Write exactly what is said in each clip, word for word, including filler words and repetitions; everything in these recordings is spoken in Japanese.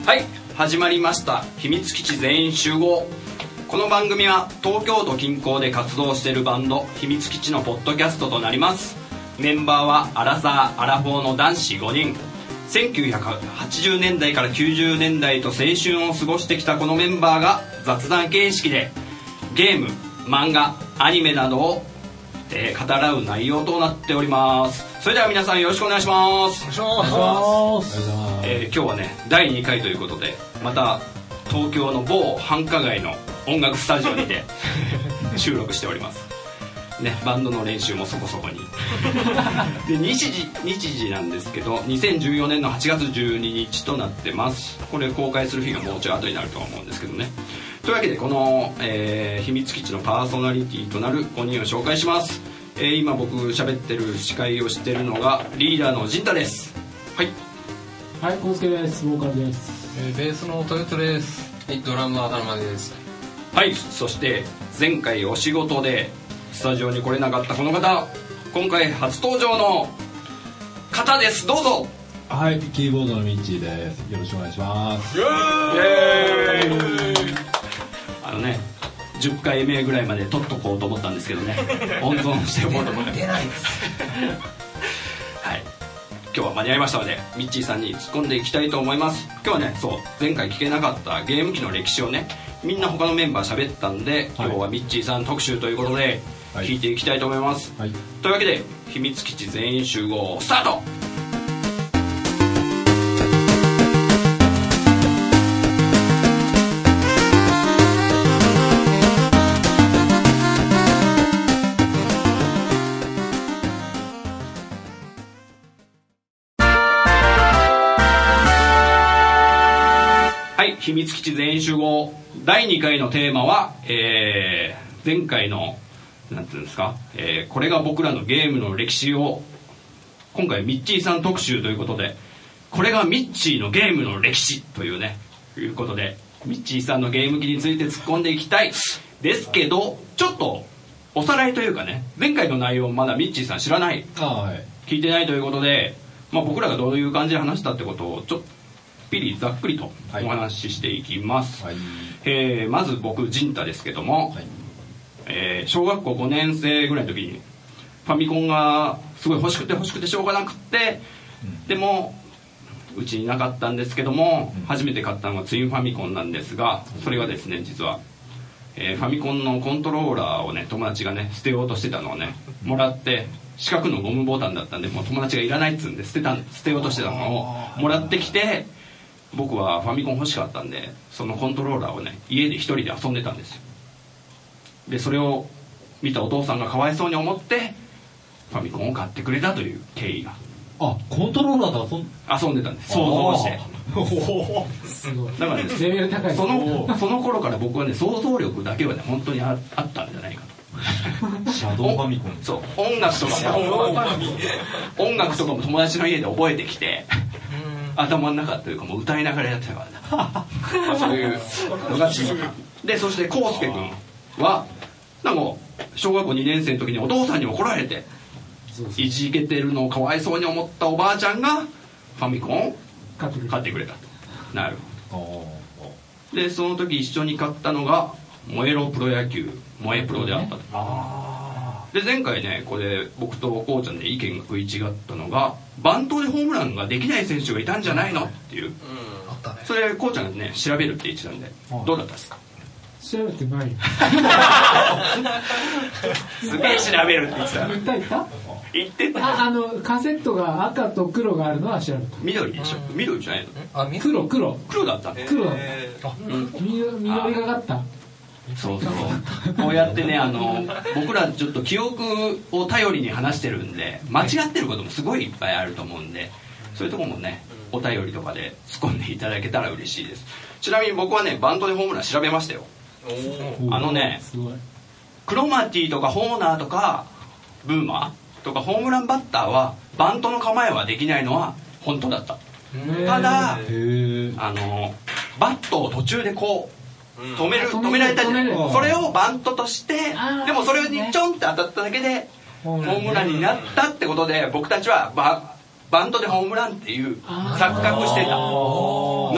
はい、始まりました秘密基地全員集合。この番組は東京都近郊で活動しているバンド秘密基地のポッドキャストとなります。メンバーはアラサーアラフォーの男子ごにん。せんきゅうひゃくはちじゅうねんだいからきゅうじゅうねんだいと青春を過ごしてきたこのメンバーが雑談形式でゲーム、漫画、アニメなどを、えー、語らう内容となっております。それでは皆さんよろしくお願いします。 お願いします。 えー、今日はねだいにかいということでまた東京の某繁華街の音楽スタジオにて収録しておりますね。バンドの練習もそこそこにで日時日時なんですけどにせんじゅうよねんのはちがつじゅうににちとなってます。これ公開する日がもうちょい後になるとは思うんですけどね。というわけでこの、えー、秘密基地のパーソナリティとなるごにんを紹介します。えー、今僕喋ってる司会をしてるのがリーダーの陣太です。はいはい、コウスケです。ボーカルです。 えー、ベースのトヨトです。はい、ドラムは田中です。 はい、そして前回お仕事でスタジオに来れなかったこの方、今回初登場の方です。どうぞ。 はい、キーボードのミッチーです。よろしくお願いします。 イエーイ。あのねじゅっかいめぐらいまで撮っとこうと思ったんですけどね温存しておこうと思って出ないですはい、今日は間に合いましたのでミッチーさんに突っ込んでいきたいと思います。今日はね、そう前回聞けなかったゲーム機の歴史をねみんな他のメンバー喋ったんで、今日はミッチーさん特集ということで聞いていきたいと思います、はい、というわけで秘密基地全員集合スタート。秘密基地全員集合だいにかいのテーマは、えー、前回のなんていうんですか、えー、これが僕らのゲームの歴史を今回ミッチーさん特集ということで、これがミッチーのゲームの歴史というねいうことでミッチーさんのゲーム機について突っ込んでいきたいですけど、ちょっとおさらいというかね、前回の内容まだミッチーさん知らない、 あ、はい、 聞いてないということで、まあ、僕らがどういう感じで話したってことをちょっとピリざっくりとお話ししていきます、はい。えー、まず僕陣太ですけども、はい、えー、小学校ごねん生ぐらいの時にファミコンがすごい欲しくて欲しくてしょうがなくって、うん、でもうちになかったんですけども、うん、初めて買ったのがツインファミコンなんですが、それがですね実は、えー、ファミコンのコントローラーをね友達がね捨てようとしてたのをねもらって、四角のゴムボタンだったんでもう友達がいらないっつうんで捨てた捨てようとしてたのをもらってきて、僕はファミコン欲しかったんでそのコントローラーをね家で一人で遊んでたんですよ。でそれを見たお父さんがかわいそうに思ってファミコンを買ってくれたという経緯が。 あ、コントローラーで遊ん遊んでたんです。想像してすごい。 だからねレベル高い。 そのその頃から僕はね想像力だけはね本当に あ, あったんじゃないかとシャドーファミコン。 そう音楽とかも音楽とかも友達の家で覚えてきて頭の中というかもう歌いながらやってたからねまあそういうのが違うで、そしてコウスケ君はなんか小学校にねん生の時にお父さんに怒られていじけてるのをかわいそうに思ったおばあちゃんがファミコンを買ってくれたと。なるほど。でその時一緒に買ったのが燃えろプロ野球燃えプロであったと。あで前回ねこれ僕とこうちゃんで意見が食い違ったのがバントでホームランができない選手がいたんじゃないのっていう、うん、あったね。それこうちゃんがね調べるって言ってたんで、どうだったですか。 調べてないよすげえ調べるって言ってた。 言った言った言ってた。 あ、あのカセットが赤と黒があるのは調べた。 緑でしょ、うん、緑じゃないの。 あ、黒黒黒だった黒だった、うん、緑がかったそうそうこうやってねあの僕らちょっと記憶を頼りに話してるんで間違ってることもすごいいっぱいあると思うんで、そういうとこもねお便りとかで突っ込んでいただけたら嬉しいです。ちなみに僕はねバントでホームラン調べましたよ。あのねクロマティとかホーナーとかブーマーとかホームランバッターはバントの構えはできないのは本当だった。ただあのバットを途中でこう止める止められたじゃない。それをバントとしてでもそれにちょんって当たっただけでホームランになったってことで僕たちはババントでホームランっていう錯覚してたの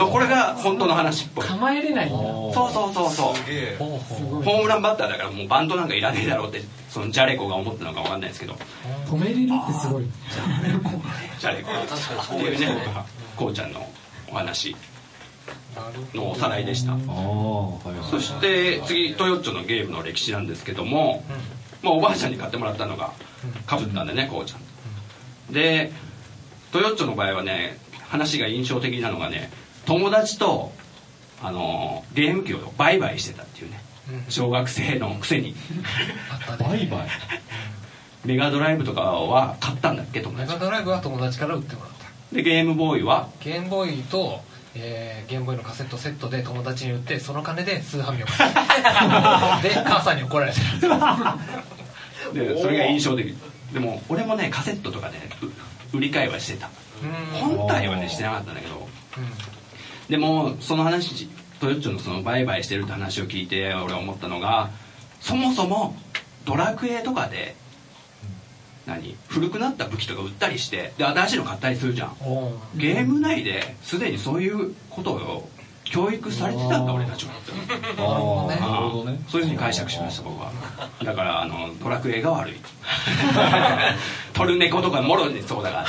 のこれが本当の話っぽい。 構えれないんだ。 そうそうそうそう。 すげえ。 すごい。 ホームランバッターだからもうバントなんかいらねえだろうってそのジャレコが思ったのかわかんないですけど、 止めれるってすごい。 ジャレコっていうねこうちゃんのお話のおさらいでした。そして次トヨッチョのゲームの歴史なんですけども、まあ、おばあちゃんに買ってもらったのがかぶったんでね、こうちゃんで、トヨッチョの場合はね話が印象的なのがね、友達とあのゲーム機を売買してたっていうね、小学生のくせに売買メガドライブとかは買ったんだっけ、友達。 メガドライブは友達から売ってもらった。 でゲームボーイはゲームボーイと、えー、ゲームボーイのカセットセットで友達に売って、その金で通販料買ったで母さんに怒られてでそれが印象的。でも俺もねカセットとかね売り買いはしてた。本体はねしてなかったんだけど、でもその話、トヨッチョのその売買してるって話を聞いて俺は思ったのが、そもそもドラクエとかで何古くなった武器とか売ったりしてで新しいの買ったりするじゃん。ゲーム内ですでにそういうことを教育されてたんだ俺たちは。 なるほどね。 そういうふうに解釈しました僕は。だからあのドラクエが悪いトルネコとかもろにそうだから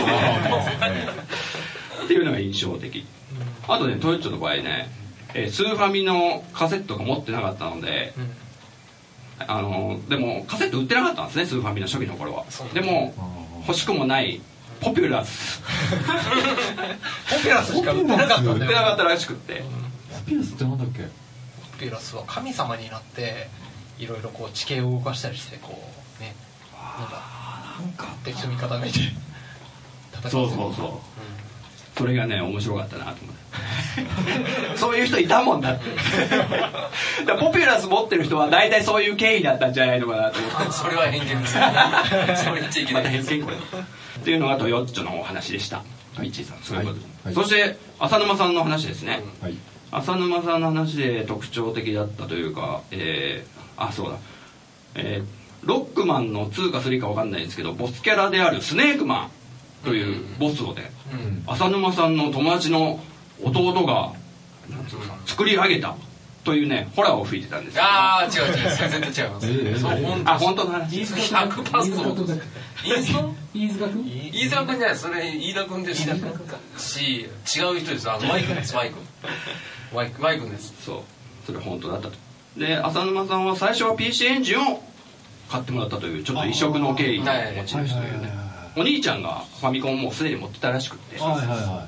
っていうのが印象的。あとねトヨッチョの場合ね、えー、スーファミのカセットが持ってなかったので、うん、あのでもカセット売ってなかったんですね、スーファミの初期の頃は。でも欲しくもないポピュラスポピュラスしか売ってなかったんだよ。 売ってなかったらしくって、 ポピュラスってなんだっけ。 ポピュラスは神様になっていろいろこう地形を動かしたりしてこうね、なんかなんかって積み固めて戦う。 そうそうそう、うん、それがね面白かったなと思ってそういう人いたもんだってだポピュラス持ってる人は大体そういう経緯だったんじゃないのかなと思ってそれは偏見ですそう言っちゃいけない。 また偏見これっていうのがトヨッチョのお話でした。はい、ちいさんそういうこと、 はい、 そして浅沼さんの話ですね、 はい、 浅沼さんの話で特徴的だったというか、えー、あそうだ、えー、ロックマンのにかスリーか分かんないんですけどボスキャラであるスネークマンというボスをね、うん、浅沼さんの友達の弟がなんつうか作り上げたというねホラーを吹いてたんですよ。 ああ違う違う全然違います、えー、そう本当あ本当の話。 ひゃくパーセント飯塚君飯塚君じゃない、それ飯田君ですし、違う人です。あのマイ君です。マイ君マイ君マイ君です。 そうそれ本当だったと。で浅沼さんは最初は ピーシー エンジンを買ってもらったというちょっと異色の経緯の持ち主というね、お兄ちゃんがファミコンをもうすでに持ってたらしくって、 はいはいはい、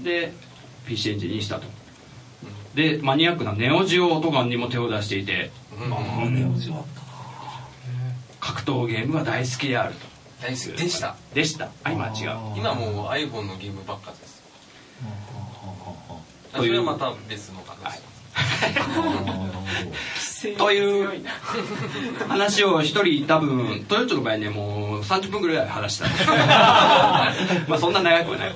で ピーシー エンジンにしたと。でマニアックなネオジオオトガンにも手を出していて、うん、ああネオジオあったな。格闘ゲームが大好きであると。 大好きでしたでしたあ今は違う。 今もう iPhone のゲームばっかです。それはまた別の話という話を一人多分トヨッチョの場合ねもうさんじゅっぷんぐらい話したまあそんな長くはない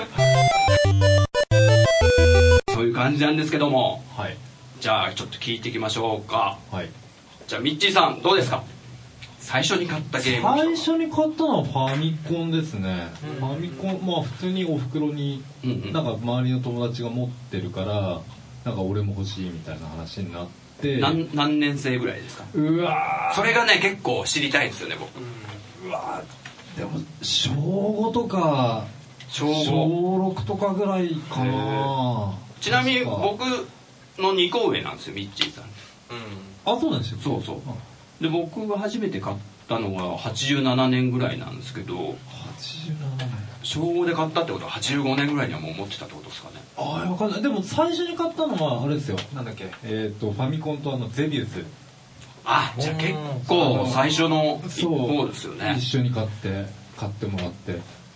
そういう感じなんですけども、はい、じゃあちょっと聞いていきましょうか、はい、じゃあミッチーさんどうですか。最初に買ったゲーム。 最初に買ったのはファミコンですね、うん、ファミコンまあ普通にお袋に、うんうん、なんか周りの友達が持ってるからなんか俺も欲しいみたいな話になって。 何, 何年生ぐらいですか。 うわそれがね結構知りたいんですよね僕、 うん、うわでも小ごとか小ろくとかぐらいかな。 ちなみに僕のにこ上なんですよミッチーさん、うん、 あそうなんですよ。 そうそうで僕が初めて買ったのがはちじゅうななねんぐらいなんですけど、はちじゅうななねん小ごで買ったってことははちじゅうごねんぐらいにはもう持ってたってことですかね。 ああ分かんない。でも最初に買ったのはあれですよ、なんだっけ、えっ、ー、とファミコンとあのゼビウス。 あじゃあ結構最初の一方ですよね。 一緒に買って買ってもらって。へ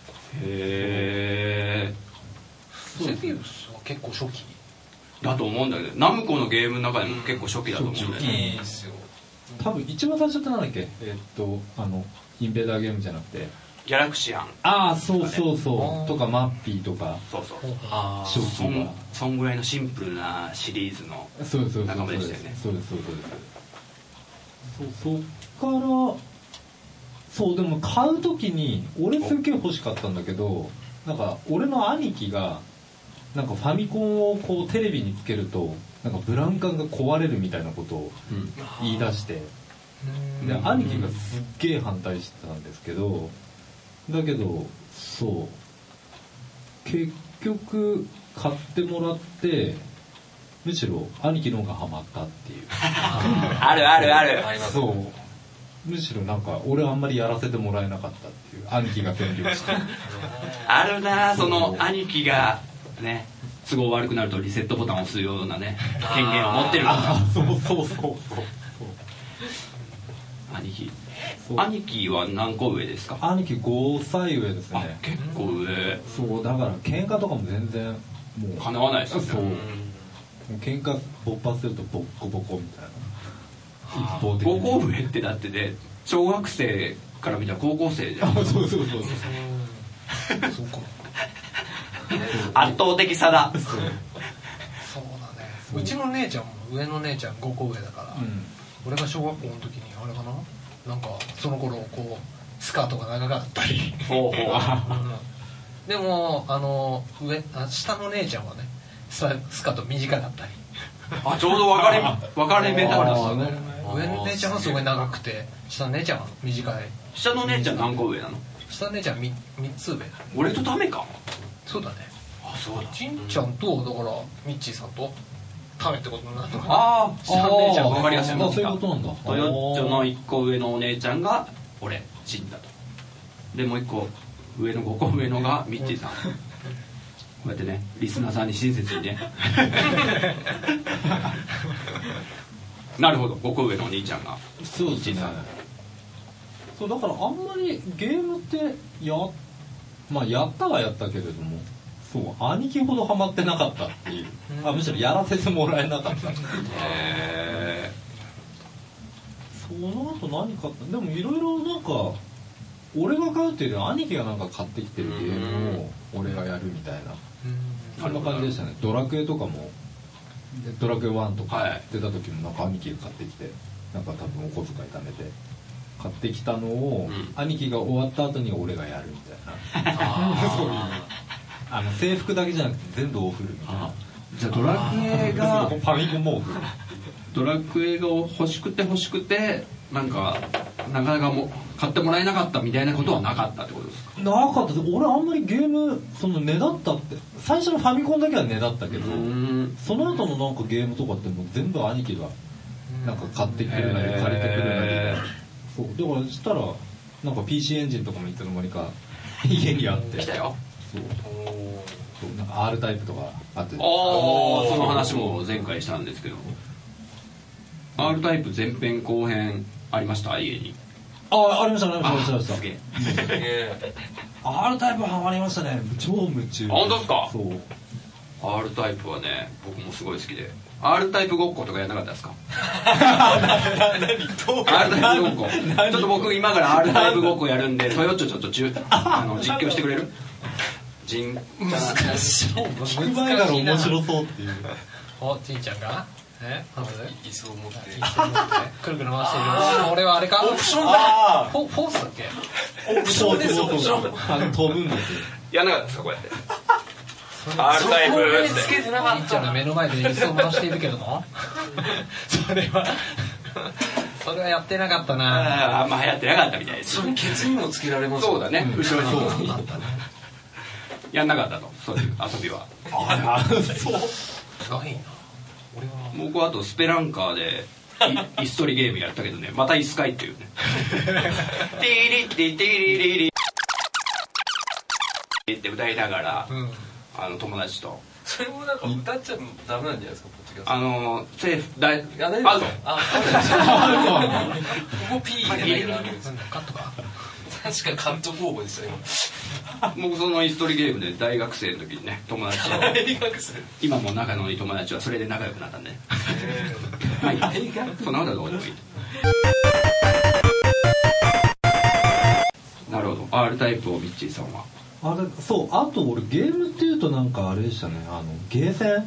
え。 ゼビウスは結構初期だと思うんだけどナムコのゲームの中でも結構初期だと思うんだよね。 初期ですよ。 多分一番最初ってなんだっけ、えー、っとあのインベーダーゲームじゃなくてギャラクシアン。 ああそうそうそうとかマッピーとか。 そうそうあ初期はそ, そんぐらいのシンプルなシリーズの仲間でしたよね。 そうですそうですそうです。そそっからそうでも買う時に俺すげえ欲しかったんだけど、なんか俺の兄貴がなんかファミコンをこうテレビにつけるとなんかブラウン管が壊れるみたいなことを言い出して、うん、で兄貴がすっげえ反対してたんですけど、だけどそう結局買ってもらってむしろ兄貴の方がハマったっていうあるあるあるそうむしろなんか俺あんまりやらせてもらえなかったっていう兄貴が権力してあるな、その兄貴がね都合悪くなるとリセットボタンを押すようなね権限を持ってるからそうそうそうそう兄貴兄貴は何個上ですか？ 兄貴ごさい上ですね。 あ、結構上。 そうだから喧嘩とかも全然もう叶わないですよね。 そうもう喧嘩勃発するとボッコボコみたいな一方的に高校上ってだってね小学生から見たら高校生じゃん。 そうそうそうそうそうか圧倒的差だ。 そうそうだね。うちの姉ちゃんも上の姉ちゃんごこ上だから、うん、俺が小学校の時にあれかな、なんかその頃こうスカートが長かったりほうほう、うん、でもあの上あ下の姉ちゃんはねスカート短かったりあ、ちょうど分かれ分かれ目だからね。上の姉ちゃんはすごい長くて下の姉ちゃんは短い。 下の姉ちゃん何個上なの？ 下の姉ちゃん 3, 3つ上。 俺とダメか。 そうだね。 あ、そうだ。 ちんちゃんとだからミッチーさんとタメってことになるのかな。 ああ、下の姉ちゃん分かりやすいの。そういうことなんだ。 トヨッチョのいっこ上のお姉ちゃんが俺チンだと。でもういっこ上のごこ上のがミッチーさん。こうやってねリスナーさんに親切にねなるほど、ごこ上のお兄ちゃんがそうですね。そうだからあんまりゲームってやまあやったはやったけれども、そう兄貴ほどハマってなかったっていう、あむしろやらせてもらえなかった。へえ。 その後何買った？でもいろいろなんか俺が買うっていうより兄貴がなんか買ってきてるゲームを俺がやるみたいな、そんな感じでしたね。ドラクエとかもドラクエワンとか出た時もなんか兄貴が買ってきて、なんか多分お小遣い貯めて買ってきたのを、うん、兄貴が終わった後に俺がやるみたいなそういうあの制服だけじゃなくて全部オフるみたいな。 じゃあドラクエがファミコンもオフドラクエが欲しくて欲しくてなんかなかなかも買ってもらえなかったみたいなことはなかったってことですか？ なかったです。俺あんまりゲームそのねだったって最初のファミコンだけはねだったけど、その後のなんかゲームとかってもう全部兄貴がなんか買ってくるなり借りてくるなり、そうだからしたらなんか ピーシー エンジンとかもいつの間にか家にあって来たよ。 そうそうなんか R タイプとかあって、 ああその話も前回したんですけど R タイプ前編後編ありました家に。 あありましたね。ありましたありました。 すげえ R タイプはハマりましたね。超夢中。 本当ですか？ そう R タイプはね僕もすごい好きで R タイプごっことかやらなかったですか？ R タイプごっこちょっと僕今から R タイプごっこやるんでトヨッチョちょっと中あの実況してくれる？ジン難しい聞く前から面白そうっていう。 おじいちゃんがえ椅子を持ってくるくる回してる。俺はあれかオプションだ。 フォースだっけ？ オプションです。オプションあの飛ぶんですよ。 やんなかったですかこうやって R タイプってつけてなかった。じいちゃんの目の前で椅子を回しているけどもそれはそれはやってなかったな。 ああんま流行ってなかったみたいです。 それケツにもつけられます。 そうだね、後ろにそうだったね。 やんなかったとそういう遊びは。 ああそうないな。俺は僕はあとスペランカーで椅子取りゲームやったけどね、また椅子かいっていうねティリティティリリリって歌いながら、うん、あの友達とそれもなんか歌っちゃダメなんじゃないですか？ あのセーフだいアウト。あアウトここ P 入れないとダメです。 カットか。 確かにカット候補でした今僕その椅子取りゲームで大学生の時にね友達と大学生今も仲のいい友達はそれで仲良くなったんでまあいいそんなことはどうでもいいなるほど。 R タイプをミッチーさんはあれそうあと俺ゲームっていうとなんかあれでしたね、あのゲーセン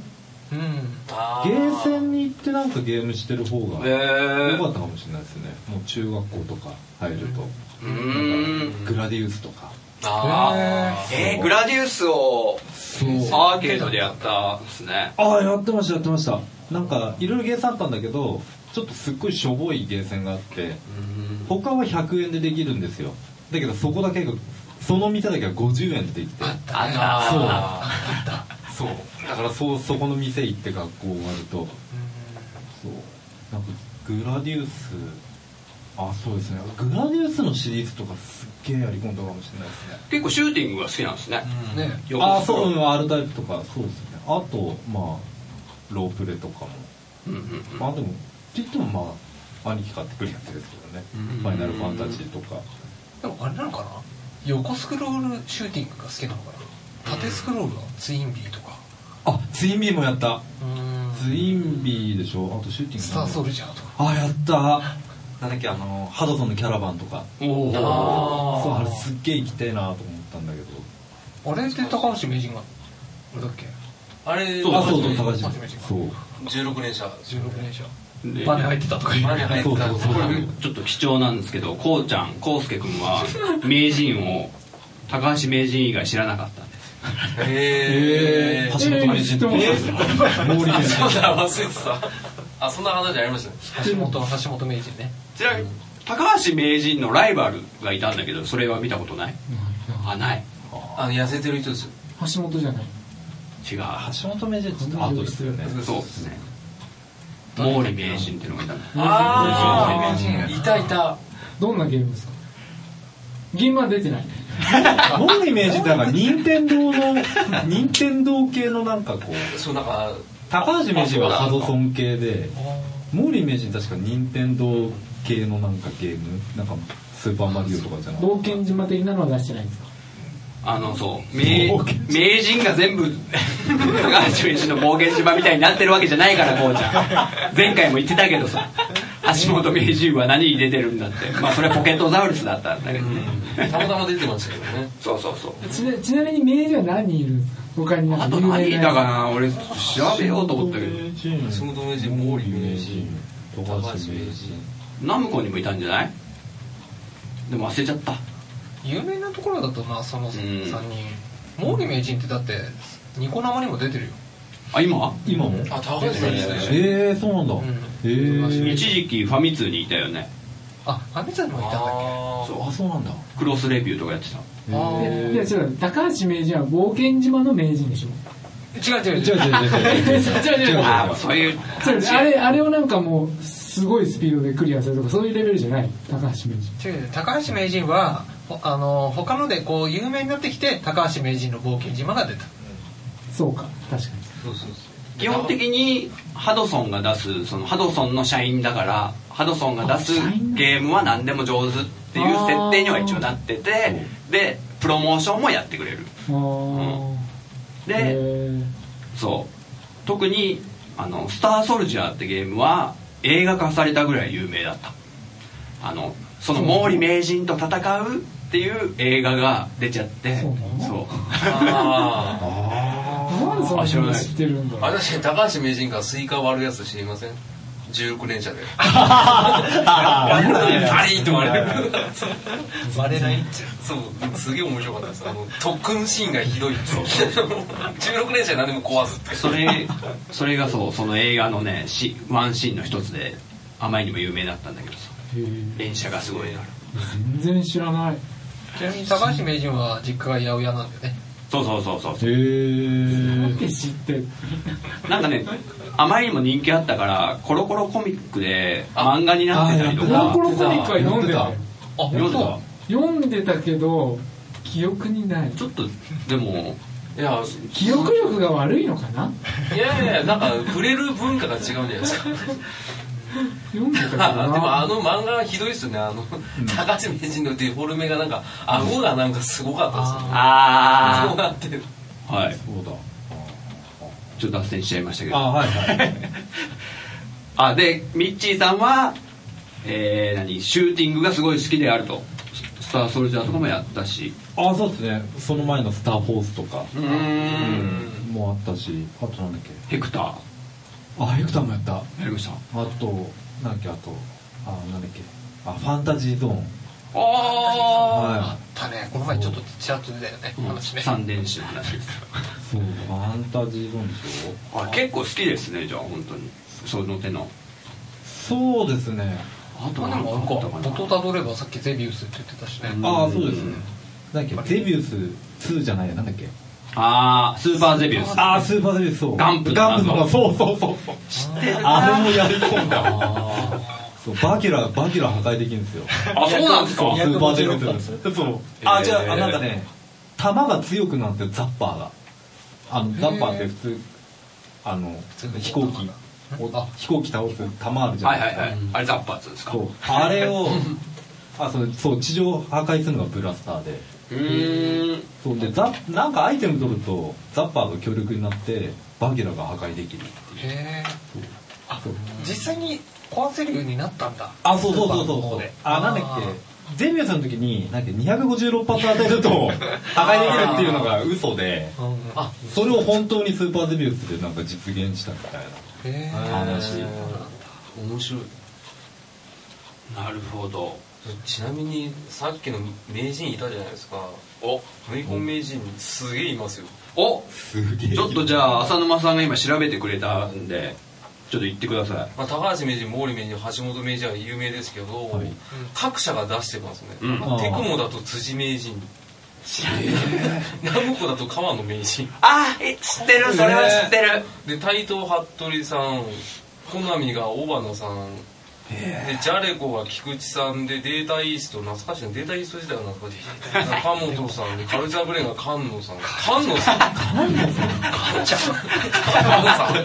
うん、 ゲーセンに行ってなんかゲームしてる方がえ良かったかもしれないですね。もう中学校とか入ると、 うーんグラディウスとか。 あーえー、グラディウスをアーケードでやったんですね。 ああ、やってましたやってました。なんかいろいろゲーセンあったんだけど、ちょっとすっごいしょぼいゲーセンがあって、他はひゃくえんでできるんですよ。だけどそこだけが、その店だけはごじゅうえんでできて、 あそうそうだからそう、そこの店行って学校終わると、そうなんかグラディウス、あ、そうですね、グラディウスのシリーズとかすっげえやり込んだかもしれないですね。 結構シューティングが好きなんですね。 うん、ねあ、そう、R タイプとかそうですね。あとまあロープレとかも、 うんうんうん、 まあでもって言ってもまあ兄貴買ってくるやつですけどね、ファイナルファンタジーとか。 でもあれなのかな、横スクロールシューティングが好きなのかな、縦スクロールはツインビーとか。 あ、ツインビーもやった。 うんツインビーでしょ。あとシューティングスターソルジャーとか。 あ、やった。なんだっけ、あのハドソンのキャラバンとか。 おお。 そう、あれすっげえ行きたいなと思ったんだけど。 あれって高橋名人があれだっけ、 あれそうそうそう、高橋そうそうじゅうろくねん車じゅうろくねん車バネ入ってたとか言う。 バネ入ってた。 そうそうそう、 ちょっと貴重なんですけど、こうちゃん、こうすけくんは名人を高橋名人以外知らなかったんです。 へー橋本名人って毛利名人。 そうだ、忘れてた。あ、そんな話ありましたね。 橋本の橋本名人ね。 ちなみに高橋名人のライバルがいたんだけど、それは見たことない？あ、ない。 あの痩せてる人ですよ。 橋本じゃない。 違う。 橋本名人って後ですよね。 そうですね。毛利名人っていうのがいたんだ。 ああ、いたいた。 どんなゲームですか？ゲームは出てない。 毛利名人ってなんか任天堂の任天堂系のなんかこう、 そうなんか高橋名人はハドソン系で、毛利名人確か任天堂系のなんかゲーム、なんかスーパーマリオとかじゃない。 冒険島的なのは出してないんですか？ あのそう名名人が全部高橋名人の冒険島みたいになってるわけじゃないから、こうちゃん前回も言ってたけどさ、橋本名人は何に出てるんだって。まあそれはポケットザウルスだったんだけどね、 たまたま出てましたけどね。 そうそうそう。 ちな、ちなみに名人は何人いるんですか？他になんかあと何いたかな、俺調べようと思ったけど。 橋本名人、毛利名人、高橋名人、 ナムコにもいたんじゃない？でも忘れちゃった。 有名なところだとまあそのさんにん、毛利名人ってだってニコ生にも出てるよ。 あ、今？ 今も？ あ、高橋名人ね。 えー、そうなんだ。 うんえー、 一時期ファミ通にいたよね。 あ、ファミ通にもいたんだっそう、 あ、そうなんだ。 クロスレビューとかやってた。 あいや違う、高橋名人は冒険島の名人でしょ。 け。違う違う違う違う違う違う違う違うあ、そういうあれあれをなんかもうすごいスピードでクリアするとかそういうレベルじゃない。高橋名人。 違う違う、高橋名人はあの他のでこう有名になってきて高橋名人の冒険島が出た。 そうか、確かに。 そうそうそう。 基本的にハドソンが出す、そのハドソンの社員だから、ハドソンが出すゲームは何でも上手っていう設定には一応なってて、でプロモーションもやってくれる。 あー、 で、そう特にあのスターソルジャーってゲームは映画化されたぐらい有名だった。あのその毛利名人と戦うっていう映画が出ちゃって、 そうそうああ。 なんでそんなの知ってるんだろう。 あれ確かに高橋名人がスイカ割るやつ知りません？じゅうろくねん車でパリーと割れる。 割れない。 そう、すげえ面白かったです。あの特訓シーンがひどい。じゅうろくねん車で何でも壊すって。 それそれがそう、その映画のねシワンシーンの一つであまりにも有名だったんだけどさ、連射がすごいから。 全然知らない。 ちなみに高橋名人は実家が八百屋なんだよね。 そうそうそうそう。 へー。 って知ってる。 なんかね、あまりにも人気あったからコロコロコミックで漫画になってたりとコロか。 コロコミックは読んでた。 あ、 読んでた。 読んでたけど記憶にない。 ちょっとでもいや、 記憶力が悪いのかな。 いやいや、なんか触れる文化が違うんじゃないですか。 読んでたけどな。 あでもあの漫画はひどいですよね。あの、うん、高橋名人のデフォルメがなんか顎がなんかすごかったですよね。 ああ。 そうなってる。 はい。 そうだ。 ちょっと脱線しちゃいましたけど。 あ、はいはい。 あ、でミッチーさんは、えー、何シューティングがすごい好きであると。スターソルジャーとかもやったし。 あ、そうですね。その前のスターフォースとか。 うーん。 もあったし、あとなんだっけ、 ヘクター。 あ、ヘクターもやった。 やりました。 あとなんだっけ、あとあなんだっけ、あファンタジーゾーン。 ああ、 あったね。この前ちょっとチラッと出たよね、話ね。 三電子の話です。 そう、ファンタジーゾーンでしょ。 あ、結構好きですね、じゃあ本当にその手の。 そうですね。 あとまあでもなんかあったかな。 元をたどればさっきゼビウスって言ってたしね。 ああ、そうですね。なんだっけ、ゼビウスツーじゃないや、なんだっけ。 ああ、スーパーゼビウス。 ああ、スーパーゼビウス、そう。 ガンプガンプの、そうそうそう。 知ってるあれもやり込んだ。そう、バキュラ、バキュラ破壊できるんですよ。 あ、そうなんですか。 スーパーゼビウス。そう。あ、じゃあ、なんかね、弾が強くなるんですよ、ザッパーが。あの、ザッパーって普通、あの、飛行機、飛行機倒す弾あるじゃなですか。 はいいはいはい。あれザッパーツですか。 そう。あれを、あ、そう、そう、地上を破壊するのがブラスターで。 うーん。 そうで、ザなんかアイテム取るとザッパーが強力になってバキュラが破壊できるっていう。 へえ。あ、実際に壊せるようになったんだ。 あ、そうそうそうそうそう。あ、なんだっけ、ゼビウスの時になんかにひゃくごじゅうろく発与えると破壊できるっていうのが嘘で、 あ、 それを本当にスーパーゼビウスでなんか実現したみたいな話。 面白い。 なるほど。 ちなみにさっきの名人いたじゃないですか。 お、 ファミコン名人すげえいますよ。 お、 すげえ。 ちょっとじゃあ浅沼さんが今調べてくれたんで、ちょっと言ってください。 まあ、高橋名人、毛利名人、橋本名人は有名ですけど、はい、各社が出してますね。うん、テクモだと辻名人。ナムコだと川野名人。 あ、知ってる、それは知ってる。 で、台東服部さん、コナミが小花さん。でジャレコが菊池さんで、データイースト、懐かしいの、データイースト時代は懐かしい。中本さんで、カルチャーブレーンが菅野さん。菅野さん菅野さん菅ちゃん菅野さん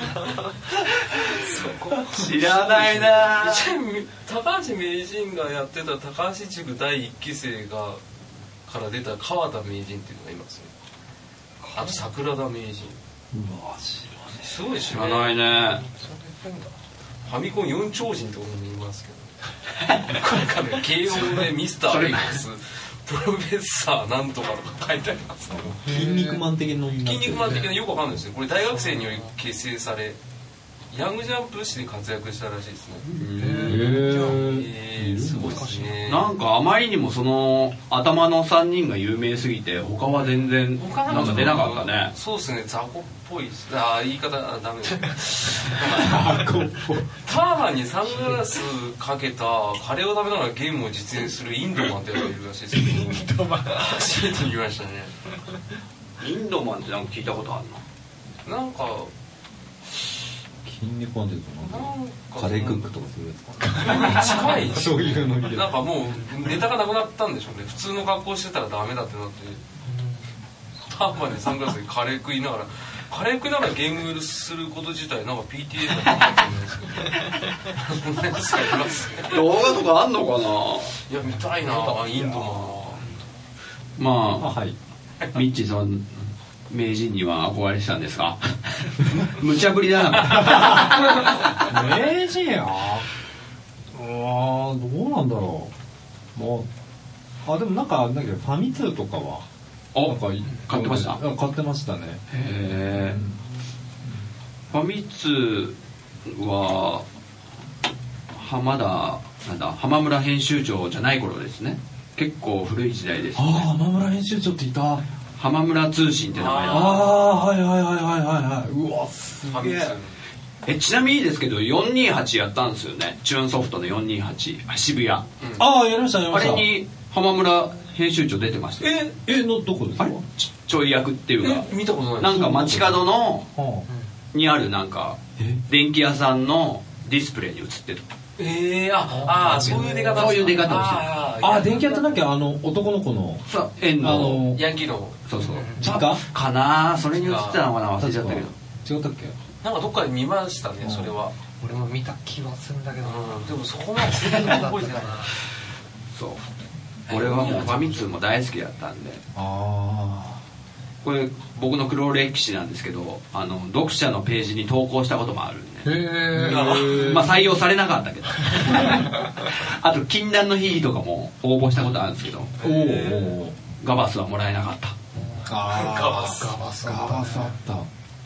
そこ知らないな。 高橋名人がやってた高橋塾だいいっき生がから出た川田名人っていうのがいますね。あと桜田名人。 うわ、知らない。 すごい知らないね。 ファミコンよん超人ってことも言いますけど、なんかね、慶応でミスター X プロフェッサーなんとかとか書いてあります。 筋肉マン的な、 筋肉マン的なよくわかんないですね。これ大学生により結成され、ヤングジャンプ誌で活躍したらしいですね。へえ、すごいですね。 なんかあまりにもその頭のさんにんが有名すぎて他は全然なんか出なかったね。 そうですね、雑魚っぽいです。ああ、言い方ダメだ。ターバンにサングラスかけたカレーを食べながらゲームを実演するインドマンってやつがいるらしいですけど、インドマン初めて見ましたね。 インドマンってなんか聞いたことあるの？なんか筋肉マンってなんかカレークックとかするやつ近いそういうのになんかもうネタがなくなったんでしょうね。普通の格好してたらダメだってなって、ターバンにサングラスでカレー食いながらカレー食いながらゲームすること自体なんか ピーティーエー だと思ってるんですけど、そんなやつがいますね。 動画とかあんのかな。 いや見たいな、インドマン。 まあ、 はい、 ミッチーさん名人には憧れてたんですか。無茶ぶりだな。 名人や。うわー、どうなんだろう。もうあでもなんかなんだっけ、ファミ通とかはおなんか買ってました。 買ってましたね。 へえ。ファミ通は浜田なんだ浜村編集長じゃない頃ですね。結構古い時代です、ね。 ああ、浜村編集長っていた。 浜村通信って名前だ。 ああ、はいはいはいはいはいはい。うわ、すげえ。 え、ちなみにですけどよんにーはちやったんですよね。チューンソフトのよんにーはち、渋谷。うん、 ああ、やりましたやりました。 あれに浜村編集長出てました。 え、えのどこですか？ ち, ちょい役っていうか。 見たことない。 なんか街角のにあるなんか電気屋さんのディスプレイに映ってた。 ええー、ああ、そういう出方。 そういう出方をしてた。ああ、電気屋ってなきゃあの男の子の。 そう、縁のヤンキーの。 そうそう。 実家？ かな、それに映ってたのかな、忘れちゃったけど。 違ったっけ？ なんかどっかで見ましたね、それは。 俺も見た気はするんだけど、 うん、でもそこまで全然覚えてないな。 そう。俺はもうファミ通も大好きだったんで。 ああ。 これ僕の黒歴史なんですけど、あの読者のページに投稿したこともあるんで。 へえ。まあ採用されなかったけど。あと禁断の日とかも応募したことあるんですけど。おお。ガバスはもらえなかった。 あガバスガバスガバスあった。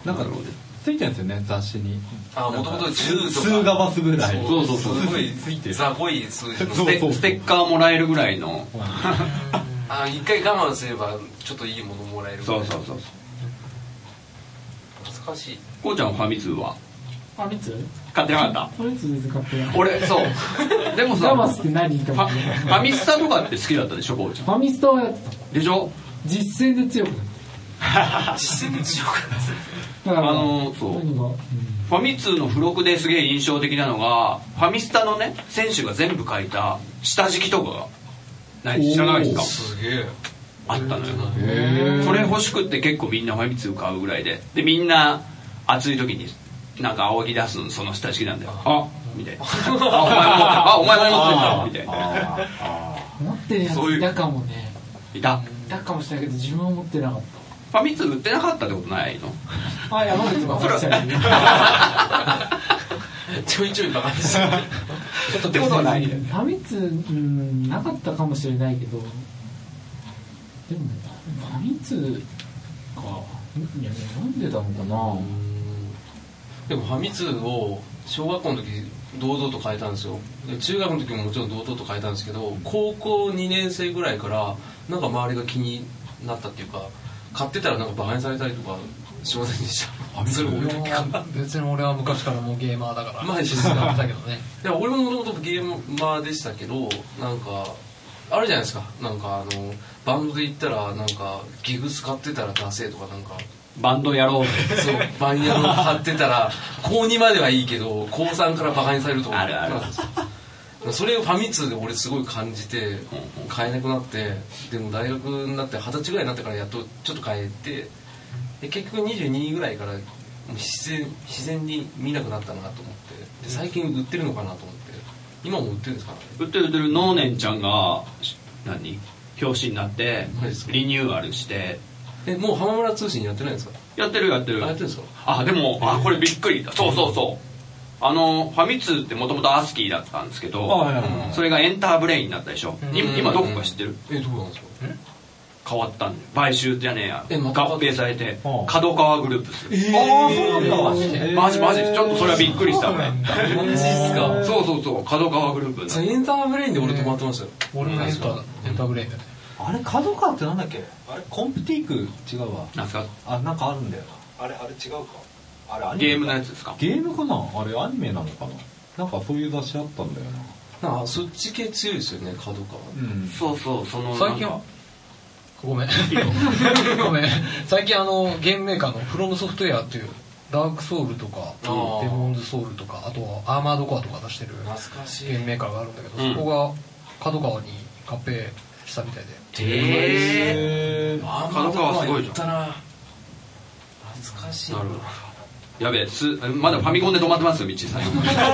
なんかついてるんですよね、雑誌に。 あ、もともとじゅうとか数ガバスぐらい。 そうそうそう。 すごいザコい数字のステステッカーもらえるぐらいの。 あ、一回我慢すればちょっといいものもらえる。 そうそうそう。 難しい。 こうちゃんはファミ通はファミ通買ってなかった？ ファミ通全然買ってない。 俺、そう。でもさ、 ガマスって何ファファミスタとかって好きだったでしょ、こうちゃん。 ファミスタはやってた。 でしょ？ 実践で強くなった。 実践で強くなった。 だからあのそう何が、うん、 ファミ通の付録ですげえ印象的なのがファミスタのね選手が全部書いた下敷きとかがない知らないですか？ すげえあったのよ。それ欲しくって結構みんなファミ通買うぐらいででみんな暑い時になんか仰ぎ出すのその下敷きなんだよ。あみたいな。あお前も持ってあお前も持ってんだみたいな。 持ってるやついたかもね。 いた。 いたかもしれないけど自分は持ってなかった。 ファミ通売ってなかったってことないの？ あ、山口ばっかりちょいちょいバカにしてる。 ちょっとってことはないね。 ファミ通、うん、なかったかもしれないけど、でもファミ通か、いや読んでたのかな。 でもファミ通を小学校の時堂々と変えたんですよ。で中学の時ももちろん堂々と変えたんですけど、高校にねん生ぐらいからなんか周りが気になったっていうか、買ってたらなんかバカにされたりとかしませんでした？それ俺は別に俺は昔からもうゲーマーだからマジだったけどね。 いや俺ももともとゲーマーでしたけど、なんかあるじゃないですか、なんかあのバンドで行ったらなんかギグス買ってたらダセーとかなんかバンドやろうそうバンヤロ買ってたら高にまではいいけど高さんからバカにされるとかあるあるそれをファミ通で俺すごい感じて買えなくなって、でも大学になって二十歳ぐらいになってからやっとちょっと買えて、で結局にじゅうにぐらいから自然自然に見なくなったなと思って、で最近売ってるのかなと思って、今も売ってるんですかね？ 売ってる売ってる。ノーネンちゃんが何表紙になってリニューアルして、 えもう浜村通信やってないんですか？ やってるやってる。 あやってるんですか？ あでもあこれびっくりだ。そうそうそう。あのファミ通ってもともとアスキーだったんですけど、はいはいはい、それがエンターブレインになったでしょ。今, 今どこか知ってる？ えどこなんですか？ 変わったんで買収じゃねえや、 えま、 合併されて角川グループする。 えー、ああそうなんだ。 えー、マジマジちょっとそれはびっくりした。マジっすか？ そうそうそう角川グループ。 エンターブレインで俺止まってましたよ。 俺もエンターエンターブレインだね。 あれ角川ってなんだっけ？あれコンプティーク違うわ。 なんすか？ あなんかあるんだよな。あれあれ違うか。あれアニメゲームのやつですか？ ゲームかな？あれアニメなのかな？なんかそういう雑誌あったんだよな。 なんかそっち系強いですよね角川。 うん、そうそうその最近はごめんごめん最近あのゲームメーカーのフロムソフトウェアっていうダークソウルとかデモンズソウルとかあとはアーマードコアとか出してるゲームメーカーがあるんだけど、うん、そこが角川に合併したみたいで。 へえー、角川すごいじゃん。 懐かしい。 なるほど。やべえすまだファミコンで止まってますよ道さん。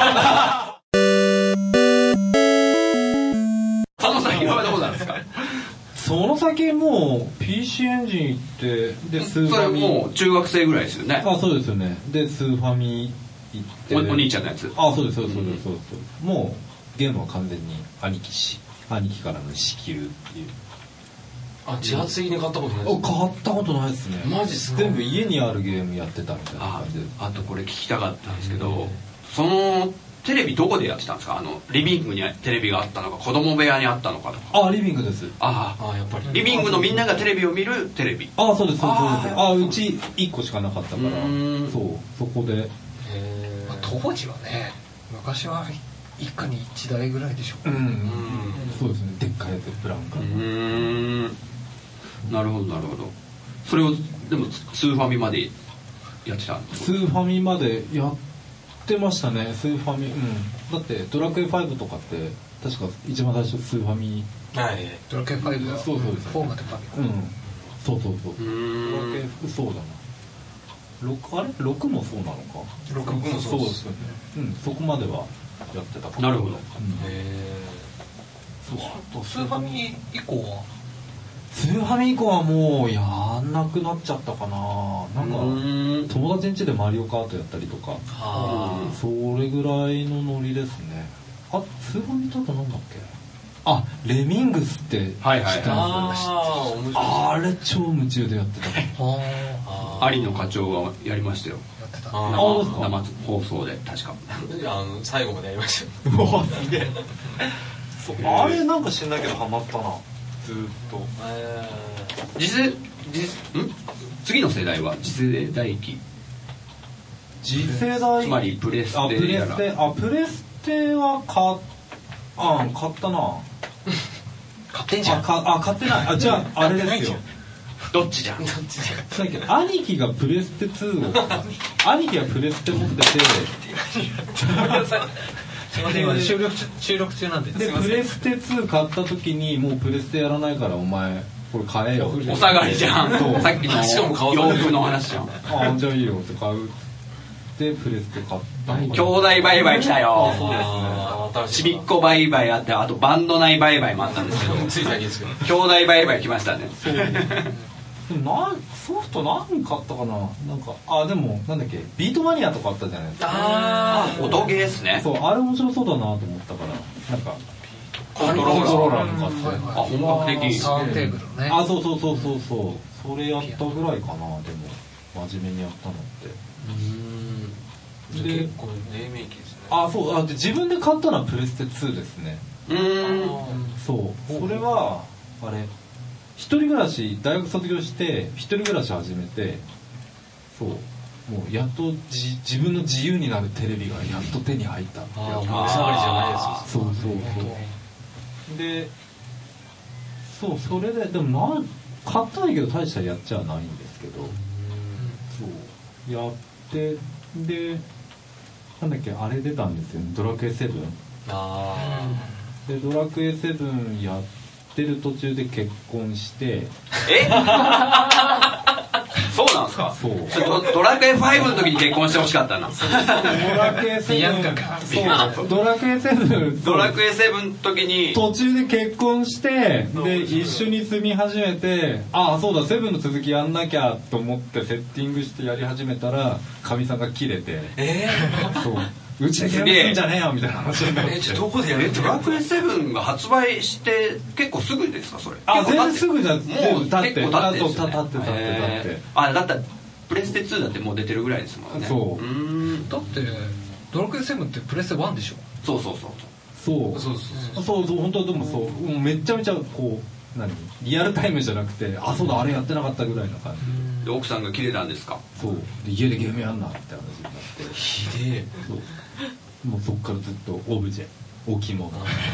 その先はどうなんですか？ その先もう ピーシー エンジン行ってでスーファミ。 それもう中学生ぐらいですよね。 あそうですよね。でスーファミ行ってお, お兄ちゃんのやつ。 あそうですそうですそうですそうです、うん、もうゲームは完全に兄貴し兄貴からの支給っていう。 あ自発的に買ったことないですか？ 買ったことないですね。 マジっすか？ 全部家にあるゲームやってたみたいな感じで。 あ, あとこれ聞きたかったんですけど、そのテレビどこでやってたんですか？あのリビングにテレビがあったのか子供部屋にあったのかとか。 あリビングです。 ああやっぱりリビングのみんながテレビを見るテレビ。 あそうですそうですそうです。あうちいっこしかなかったからそうそこで。へまあ、当時はね昔は一家に一台ぐらいでしょう、 うんうん、そうですねでっかいやつブランカ。 うんなるほどなるほど。それをでもスーファミまでやってたんですか？ スーファミまでやってましたね。スーファミ、うん、だってドラクエファイブとかって確か一番最初スーファミ。 はいドラクエファイブはそうそうですフォーマットファミうんそうそうそうドラクエそうだなろくあれろくもそうなのかろくもそうですよね。 うんそこまではやってたかなるほど、うん、へえそうスーファミ以降はスーファミ以降はもうやんなくなっちゃったかな。なんか友達ん家でマリオカートやったりとかそれぐらいのノリですね。あスーファミだとなんだっけあレミングスって知ってます？ はいはい、 あ, あれ超夢中でやってた。 あ有野課長がやりましたよ。 やってた。 生生放送で確か。 あの最後までやりましたよ。 うわすげえ。あれなんか知んないけどハマったな。ずーっと。 え次世次ん次の世代は次世代機。 次世代。 つまりプレステあプレステあプレステは買あ買ったな。 買ってんじゃん。 あかあ買ってない。あじゃああれですよ。 どっちじゃん。 ー、どっちだだけど兄貴がプレステツーを兄貴がプレステ持ってて今収録中収録中なんで。 でプレステツー買った時にもうプレステやらないからお前これ買えよお下がりじゃん。 そうさっきの洋服の話じゃん。 あじゃあいいよって買うでプレステ買ったの兄弟売買来たよ。 そうですねちびっこ売買あって、あとバンド内売買もあったんですけど、 つい最近ですけど。 兄弟売買来ましたね。 でもなんソフト何買ったかななんかあでもなんだっけビートマニアとかあったじゃないですか。 ああ、音ゲーですね。 そうあれ面白そうだなと思ったからなんかコントローラー。 コントローラーも買ってあ、本格的。 ターンテーブルね。 あそうそうそうそうそうそれやったぐらいかなでも真面目にやったのってうん。 で結構黎明期ですね。 あそうあで自分で買ったのはプレステツーですねうーん。 そうそれはあれ一人暮らし大学卒業して一人暮らし始めてそうもうやっとじ自分の自由になるテレビがやっと手に入ったっていうああ、もうお下がりじゃないですよ。 そうそうそうでそうそれででもなん買ったんやけど大したやっちゃないんですけどそうやってでなんだっけあれ出たんですよねドラクエセブンあでドラクエセブンやってる途中で結婚してえそうなんですか。 そうそれドドラクエファイブの時に結婚してほしかったな。 ドラクエセブンビアンカかそうドラクエセブンドラクエセブンの時に途中で結婚してで一緒に住み始めてああそうだセブンの続きやんなきゃと思ってセッティングしてやり始めたらかみさんが切れてえそううちでゲームすんじゃねえよみたいな話になっー、 てえ、ちょっとどこでやるえドラクエセブンが発売して結構すぐですかそれ。 あ結構経って全然すぐじゃんもう結構経ってるんですよね。 あそう経って経って経って経ってえーあだったらプレステツーだってもう出てるぐらいですもんね。 そううーん。 だってドラクエセブンってプレステワンでしょ。 そうそうそう。 そうそうそうそうそう本当でもそうもうめちゃめちゃこう何リアルタイムじゃなくてあそうだあれやってなかったぐらいの感じで奥さんが切れたんですか。 そうで家でゲームやんなって話になってひでえ。 そうもうそっからずっとオブジェ置物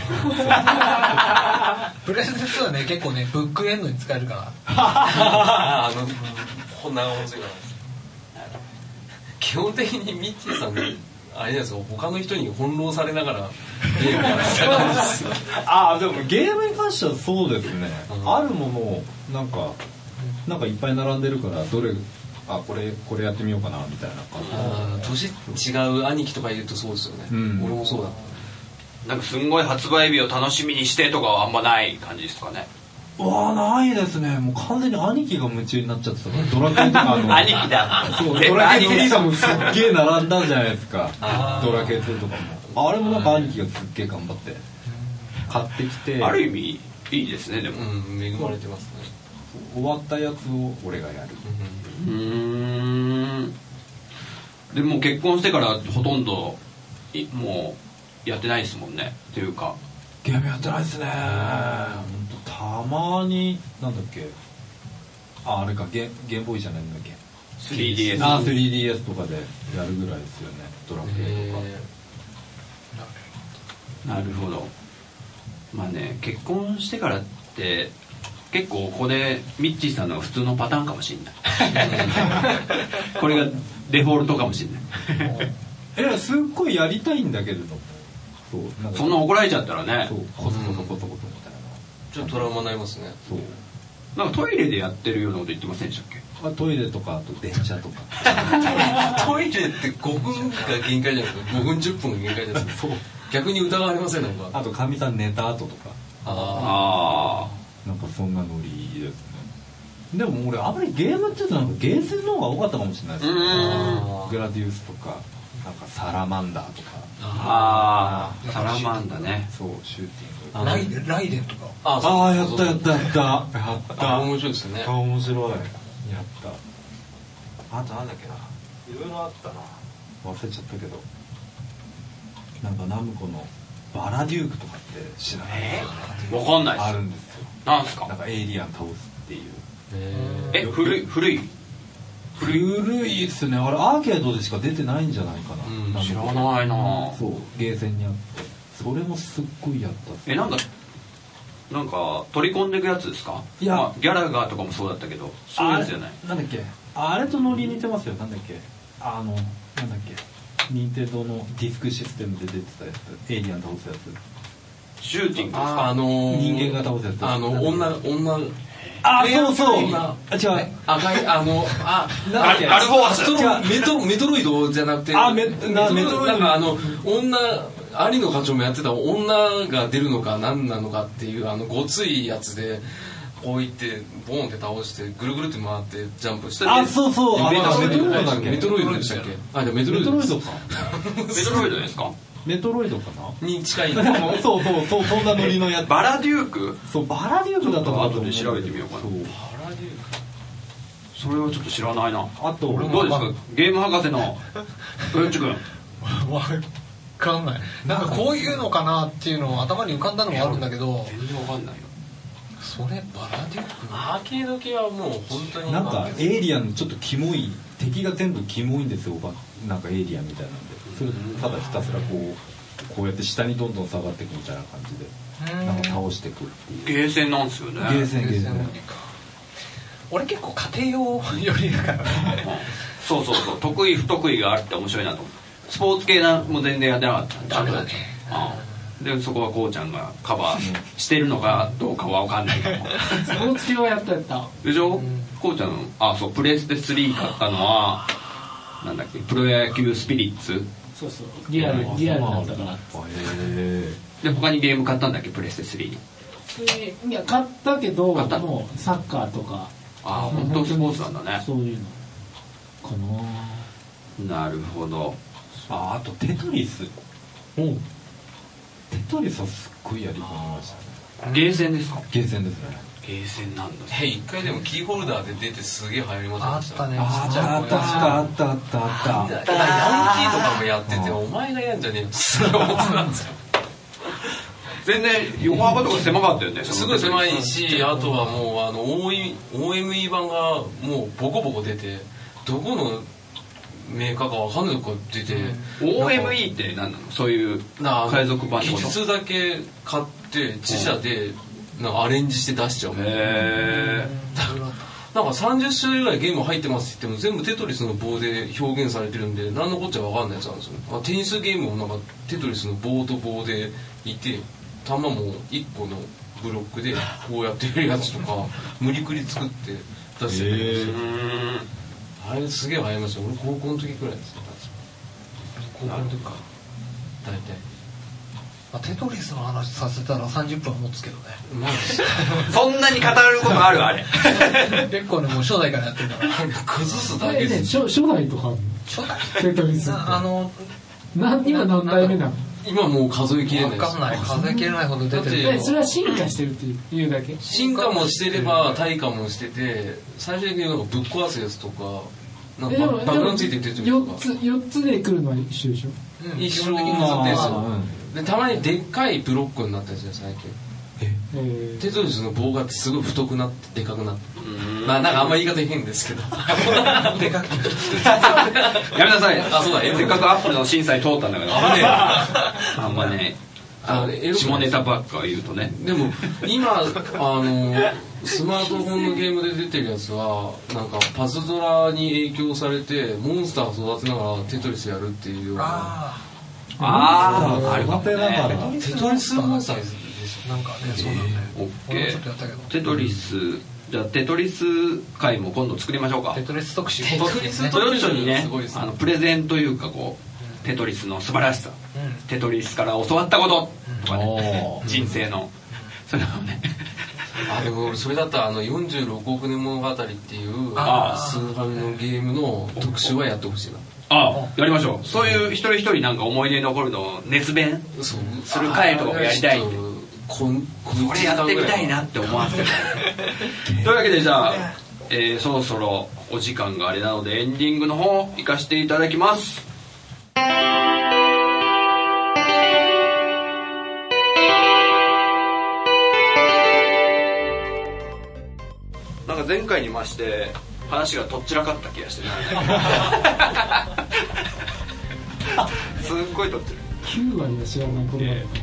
プレステツーはね結構ねブックエンドに使えるから。 ああのこんな面白いから基本的にミッチーさんあれですよ他の人に翻弄されながらゲームやってた感じですよ。 ああでもゲームに関してはそうですね、 うん、 あるものをなんかなんかいっぱい並んでるからどれあこれこれやってみようかなみたいな感じ。 年違う兄貴とかいるとそうですよね、うん、俺もそうだ。 なんかすんごい発売日を楽しみにしてとかはあんまない感じですかね。 うわーないですねもう完全に兄貴が夢中になっちゃってたからドラクエとかの兄貴だそうドラクエスリーとかもすっげえ並んだじゃないですかドラクエツーとかもあれもなんか兄貴がすっげえ頑張って買ってきてある意味いいですねでも、 うん、恵まれてますね。 終わったやつを俺がやるうーんでも結婚してからほとんどいもうやってないですもんねっていうかゲームやってないですねたまになんだっけああれかゲゲームボーイじゃないんだっけスリーディーエスあ スリーディーエス とかでやるぐらいですよねドラクエとかなるほどまあね結婚してからって結構ここでミッチーさんの普通のパターンかもしれないこれがデフォルトかもしれないえすっごいやりたいんだけれどもそうなんかそんな怒られちゃったらねそうコソコソコソコソみたいなちょっとトラウマになりますね。 そうなんかトイレでやってるようなこと言ってませんでしたっけ。 あトイレとかあと電車とかトイレってごふんが限界じゃないですか。ごふんじゅっぷんが限界じゃないですか。逆に疑われませんなんか。 あとかみさん寝た後とかああなんかそんなノリですねでも俺あんまりゲームって言うとなんかゲーセンの方が多かったかもしれないですねあグラディウスとかなんかサラマンダーとかああサラマンダねそうシューティングあライデンライデンとか。 あああやったやったやったやったあ面白いですよね。 あ面白いやったあとなんだっけな、いろいろあったな、忘れちゃったけど、なんかナムコのバラデュークとかって知らないですよね。 えー、わかんないです。 あるんですよ。 なんすか。 なんかエイリアン倒すっていう。 え、古い古い古いですね。あれアーケードでしか出てないんじゃないかな。 うん、知らないな。 そう、ゲーセンにあって、それもすっごいやった。 え、なんだ。なんか取り込んでいくやつですか。 いや、 まあ、ギャラガーとかもそうだったけど、そういうやつじゃない。 なんだっけ。あれとノリ似てますよ。なんだっけ。あの、なんだっけ。任天堂のディスクシステムで出てたやつ、エイリアン倒すやつ。 シューティングですか。 あのー、 人間が倒すやつ。 あの女女。 あ、そうそう。 あ、 違う。 赤い、あの、あ、 なんだっけ、アルフォース。 違う、メト、メトロイドじゃなくて、 あ、メ、 な、メトロイド、なんかあの、女、有野課長もやってた女が出るのか何なのかっていう、あの、ごついやつで、こういって、ボーンって倒して、ぐるぐるって回って、ジャンプしたり。 あ、そうそう。 メトロイドだっけ。 メトロイドでしたっけ。あ、じゃメトロイド。 メトロイドか。 メトロイドですか。 メトロイドかなに近い。 そうそうそう、そんなノリのやつ。 バラデューク。 そう、バラデュークだったか後で調べてみようかな。それはちょっと知らないな。 あと、 どうですか、ゲーム博士のうんちくん。 わかんない。なんかこういうのかなっていうのを頭に浮かんだのもあるんだけど、 全然わかんないよ。 それバラデューク。 アーケード系はもう本当になんかエイリアンのちょっとキモい、敵が全部キモいんですよ。なんかエイリアンみたいなんで、それただひたすらこうこうやって下にどんどん下がっていくみたいな感じで、なんか倒していくっていう。 ゲーセンなんですよね。 ゲーセンゲーセン。 俺結構家庭用よりだから、ね、 そうそうそう、得意不得意があって面白いなと思う。スポーツ系なも全然やってなかったんで。 ダメだね。 でそこはこうちゃんがカバーしてるのかどうかは分かんないけどスポーツ系はやったやったでしょ、うん、こうちゃん、あ、そう、プレステスリー買ったのはなんだっけ、プロ野球スピリッツ。 そうそう、リアルリアルだったから。 で他にゲーム買ったんだっけ、プレステスリー。 えー、いや買ったけど買ったもうサッカーとか。 ああ、本当スポーツなんだね。 そういうのかな。なるほど。 あ、あとテトリス。うん。テトリスはすっごいやり込みましたね。 ゲーセンですか。 ゲーセンですね。 ゲーセンなんだ。 え、一回でもキーホルダーで出てすげえ流行りませんでした。 あったね。 あったあったあったあったあった。 ヤンキーとかもやってて、お前がやんじゃねえよ。すごい思ってたんですよ。 全然横幅とか狭かったよね。 すごい狭いし、あとはもうあの オーエムイー 版がもうボコボコ出て、どこのメーカーかわかんないとこ出て、 うん、オーエムイー って何なの？そういう海賊版ってこと？ 技術だけ買って自社でなんかアレンジして出しちゃう。 へー。なんかさんじゅっ種類ぐらいゲーム入ってますって言っても全部テトリスの棒で表現されてるんで何のこっちゃわかんないやつなんですよね。まあ、テニスゲームもなんかテトリスの棒と棒でいて、球もいっこのブロックでこうやってるやつとか無理くり作って出してるんですよ。あれすげえ流行りました。俺高校の時くらいですね。 高校の時か大体。 まあ、テトリスの話させたらさんじゅっぷんは持つけどね。 まあ、 そんなに語ることあるあれ。 結構ね、もう初代からやってるから。 崩すだけで。 初初代とか初代テトリスってあの何今何代目なの？ 今もう数えきれないです。 分かんない。数えきれないほど出てる。 でそれは進化してるっていうだけ。 進化もしてれば退化もしてて、最終的になんかぶっ壊すやつとかなんか爆弾ついて出てるとか。 よっつよっつで来るのは一緒でしょ。 うん、一緒になってるんですよ。でたまにでっかいブロックになったやつね最近。えテトリスの棒がすごい太くなってでかくなって、まあなんかあんまり言い方変ですけどでかくてやめなさい。 あ、そうだ、 せっかくアップルの審査に通ったんだからあんねあんまねあ下ネタばっか言うとね。 でも今あのスマートフォンのゲームで出てるやつはなんかパズドラに影響されてモンスターを育てながらテトリスやるっていうような。 あああ、あれ育てながらテトリスモンスターです。 なんかね、そうなんだよ。 オッケー。 ちょっとやったけど。 テトリス、じゃあテトリス会も今度作りましょうか。 テトリス特集。 テトリス特集にね、 ねあのプレゼンというかこうテトリスの素晴らしさ、うん、テトリスから教わったこととかね、うん、人生のそれをね。 あでもそれだったらあのよんじゅうろくおくねん物語っていうスーファミのゲームの特集はやってほしいな。 ああ、やりましょう。そういう一人一人なんか思い出に残るのを熱弁する回とかもやりたいんで、これやってみたいなって思わせてというわけでじゃあ、えー、そろそろお時間があれなのでエンディングの方行かせていただきます。なんか前回に増して話がとっちらかった気がしてねすっごいとっちらきゅうわりは知らないことだよ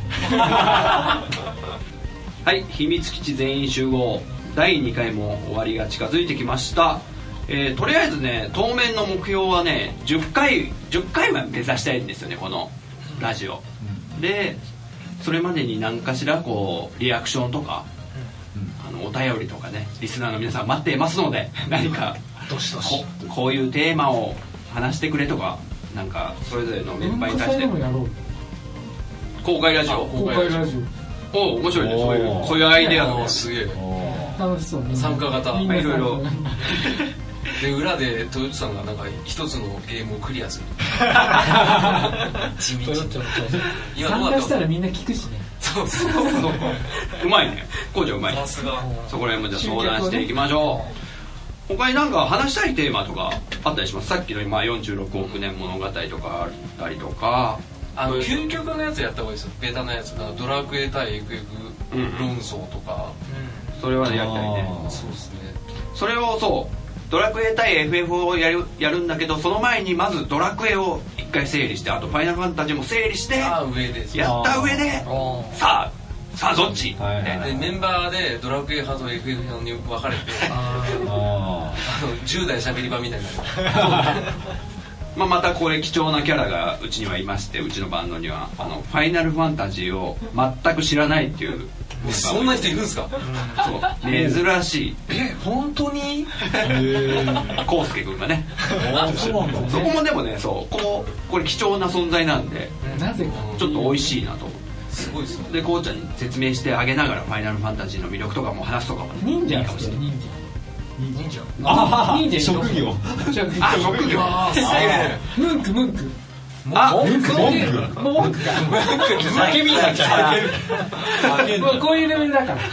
はい、秘密基地全員集合だいにかいも終わりが近づいてきました。えー、とりあえずね当面の目標はねじゅっかいじゅっかいは目指したいんですよね、このラジオ、うん、でそれまでに何かしらこうリアクションとか、うん、あのお便りとかねリスナーの皆さん待っていますので何かどしどし こ, こういうテーマを話してくれとか、なんかそれぞれのメンバーに対して公開ラジオ公開ラジオお面白いね、そういうこういうアイデアのすげえ楽しそう、 参加型いろいろで裏でトヨッチさんがなんか一つのゲームをクリアする地道に参加したらみんな聞くしね。 そうそうそううまいね、工場うまいね。 さすが。 そこら辺もじゃあ相談していきましょう。他になんか話したいテーマとかあったりします？さっきの今よんじゅうろくおくねん物語とかあったりとか、 あの究極のやつやった方がいいですよ。ベタなやつだ、ドラクエ対 エフエフ 論争とか、 うん、それはやりたいね。 そうですね。 それをそうドラクエ対 エフエフ をやるやるんだけど、その前にまずドラクエを一回整理して、あとファイナルファンタジーも整理してやった上でさあさあどっち、はいはいはい、でメンバーでドラクエ派と エフエフ 派に分かれてああのじゅう代しゃべり場みたいになるまあまたこれ貴重なキャラがうちにはいまして、うちのバンドにはあのファイナルファンタジーを全く知らないっていうそんな人いるんですか？ そう珍しい。 え本当に？ コウスケ君がねそこもでもね、そうこうこれ貴重な存在なんで、 なぜかちょっと美味しいなと。 すごいですね。 でこうちゃんに説明してあげながらファイナルファンタジーの魅力とかも話すとかもね、 忍者いいかもしれない。 忍者あ忍者職業あ職業ムンクムンクあ文句文句文句か叫びになっちゃう。もうこういうレベルだから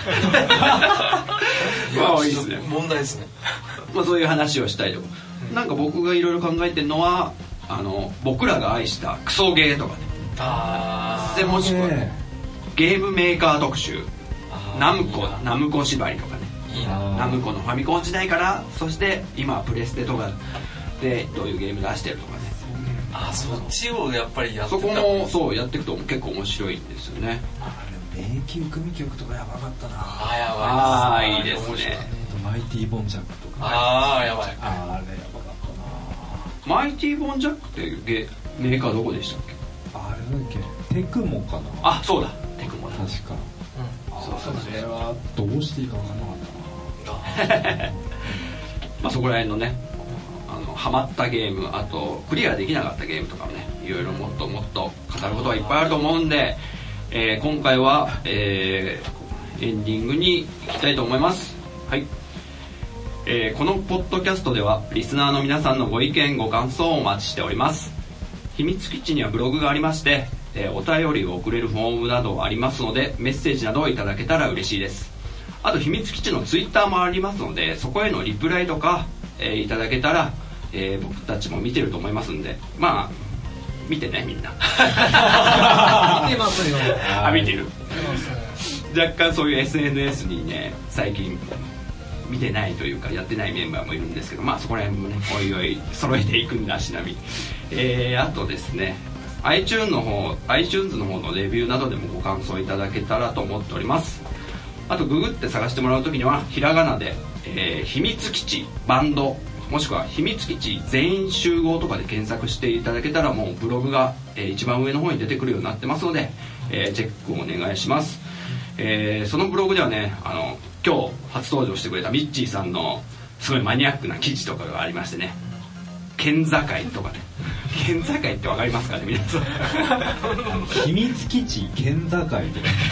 まあいいですね、 問題ですね。 まあそういう話をしたいとか、なんか僕がいろいろ考えてるのはあの僕らが愛したクソゲーとかね、 あでもしくは、ね、ゲームメーカー特集、ナムコナムコ縛りとかね、 いいな、 ナムコのファミコン時代から、そして今はプレステとかでどういうゲーム出してるとかね、 あそっちをやっぱりやってそこもそうやっていくと結構面白いんですよね。 迷宮組曲とかやばかったなあやばい。 ああいいですね。 マイティボンジャックとかああやばい。 あれやばかったな。マイティボンジャックってゲメーカーどこでしたっけ？ あれだっけテクモかな。 あそうだテクモだ確か、 うん、そうそうそれはどうしていいか分からなかったなまあそこら辺のねあのハマったゲーム、あとクリアできなかったゲームとかもね、いろいろもっともっと語ることはいっぱいあると思うんで、えー、今回は、えー、エンディングに行きたいと思います。はい、えー、このポッドキャストではリスナーの皆さんのご意見ご感想をお待ちしております。秘密基地にはブログがありまして、えー、お便りを送れるフォームなどありますので、メッセージなどをいただけたら嬉しいです。あと秘密基地のツイッターもありますので、そこへのリプライとか、えー、いただけたら、えー、僕たちも見てると思いますんで、まあ見てねみんな見てますよ。 あ見てる若干そういう エスエヌエス にね最近見てないというかやってないメンバーもいるんですけど、まあそこら辺もねおいおい揃えていくんだ足並み、えー、あとですね iTunes の方 iTunes の方のレビューなどでもご感想いただけたらと思っております。あとググって探してもらうときにはひらがなで、えー、秘密基地バンドもしくは秘密基地全員集合とかで検索していただけたら、もうブログが、えー、一番上の方に出てくるようになってますので、えー、チェックをお願いします。えー、そのブログではねあの今日初登場してくれたミッチーさんのすごいマニアックな記事とかがありましてね、県境とかね県境ってわかりますかね皆さん秘密基地県境とか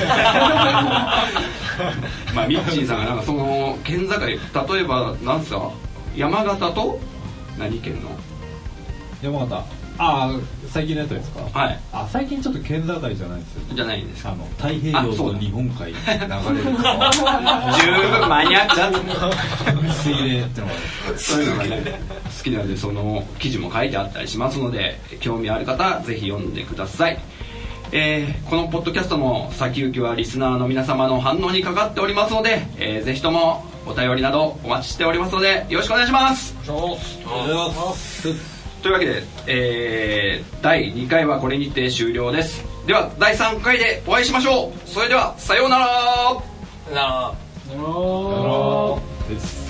まあミッチーさんがなんかその県境、例えばなんですか山形と何県の山形、ああ最近のやつですか？ はい。 あ、最近ちょっと県境じゃないですよ。 じゃないんですか。 あの太平洋と日本海に流れる十分マニアックだ。 水冷ってのがそういうのがね好きなので、その記事も書いてあったりしますので、興味ある方ぜひ読んでください。えー、このポッドキャストも先行きはリスナーの皆様の反応にかかっておりますので、えー、ぜひともお便りなどお待ちしておりますのでよろしくお願いします。 お願いします。 というわけで、えー、だいにかいはこれにて終了です。ではだいさんかいでお会いしましょう。それではさようなら。 さようなら。 さようなら。